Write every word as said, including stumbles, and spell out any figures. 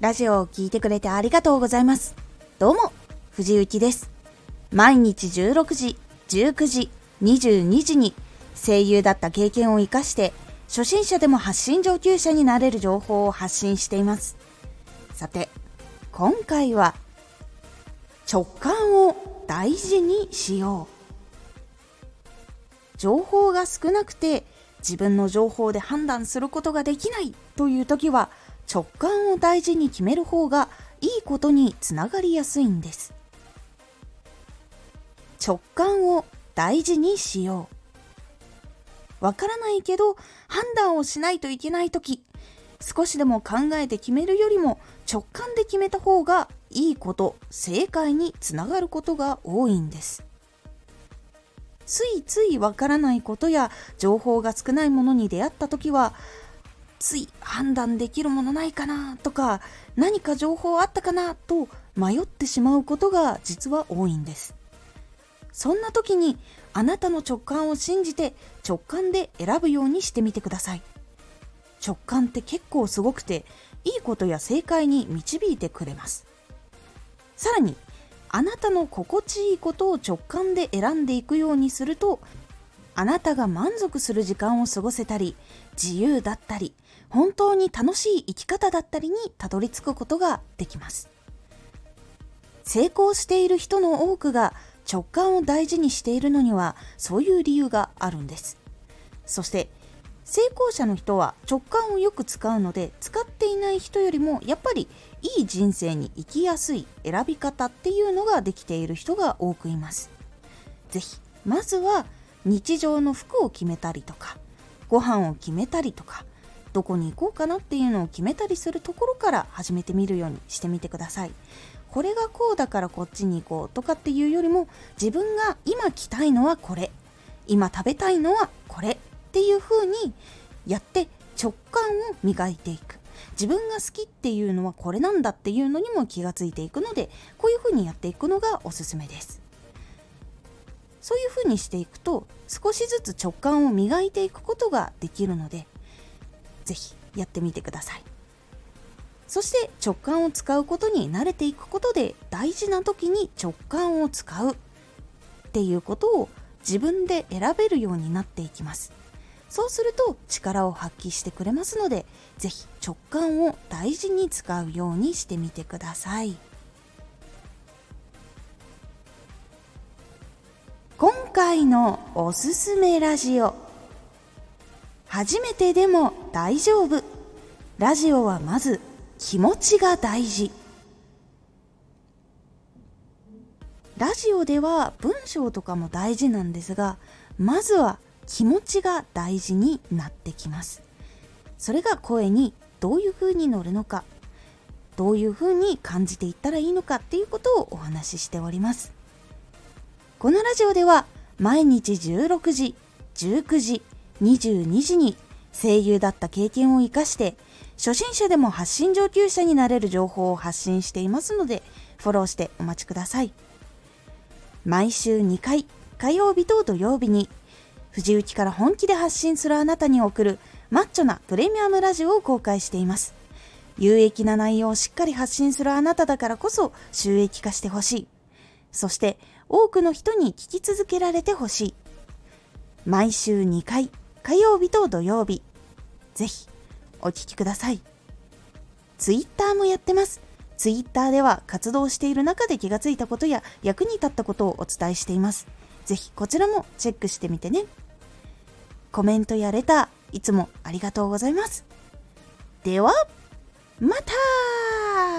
ラジオを聞いてくれてありがとうございます。どうも、藤幸です。毎日じゅうろくじ、じゅうくじ、にじゅうにじに声優だった経験を生かして初心者でも発信上級者になれる情報を発信しています。さて、今回は直感を大事にしよう。情報が少なくて自分の情報で判断することができないという時は、直感を大事に決める方がいいことにつながりやすいんです。直感を大事にしよう。わからないけど判断をしないといけない時、少しでも考えて決めるよりも直感で決めた方がいいこと、正解につながることが多いんです。ついついわからないことや情報が少ないものに出会った時は、つい判断できるものないかなとか、何か情報あったかなと迷ってしまうことが実は多いんです。そんな時にあなたの直感を信じて直感で選ぶようにしてみてください。直感って結構すごくて、いいことや正解に導いてくれます。さらに、あなたの心地いいことを直感で選んでいくようにすると、あなたが満足する時間を過ごせたり、自由だったり、本当に楽しい生き方だったりにたどり着くことができます。成功している人の多くが直感を大事にしているのには、そういう理由があるんです。そして成功者の人は直感をよく使うので、使っていない人よりもやっぱりいい人生に生きやすい選び方っていうのができている人が多くいます。ぜひまずは日常の服を決めたりとか、ご飯を決めたりとか、どこに行こうかなっていうのを決めたりするところから始めてみるようにしてみてください。これがこうだからこっちに行こうとかっていうよりも、自分が今着たいのはこれ、今食べたいのはこれっていう風にやって直感を磨いていく。自分が好きっていうのはこれなんだっていうのにも気がついていくので、こういう風にやっていくのがおすすめです。そういう風にしていくと、少しずつ直感を磨いていくことができるので、ぜひやってみてください。そして直感を使うことに慣れていくことで、大事な時に直感を使うっていうことを自分で選べるようになっていきます。そうすると力を発揮してくれますので、ぜひ直感を大事に使うようにしてみてください。今回のおすすめラジオ、初めてでも大丈夫。ラジオはまず気持ちが大事。ラジオでは文章とかも大事なんですが、まずは気持ちが大事になってきます。それが声にどういう風に乗るのか、どういう風に感じていったらいいのかっていうことをお話ししております。このラジオでは毎日じゅうろくじ、じゅうくじ、にじゅうにじに声優だった経験を生かして初心者でも発信上級者になれる情報を発信していますので、フォローしてお待ちください。毎週にかい、火曜日と土曜日に藤雪から本気で発信するあなたに送るマッチョなプレミアムラジオを公開しています。有益な内容をしっかり発信するあなただからこそ収益化してほしい。そして多くの人に聞き続けられてほしい。毎週にかい、火曜日と土曜日、ぜひお聞きください。ツイッターもやってます。ツイッターでは活動している中で気がついたことや役に立ったことをお伝えしています。ぜひこちらもチェックしてみてね。コメントやレター、いつもありがとうございます。では、またー。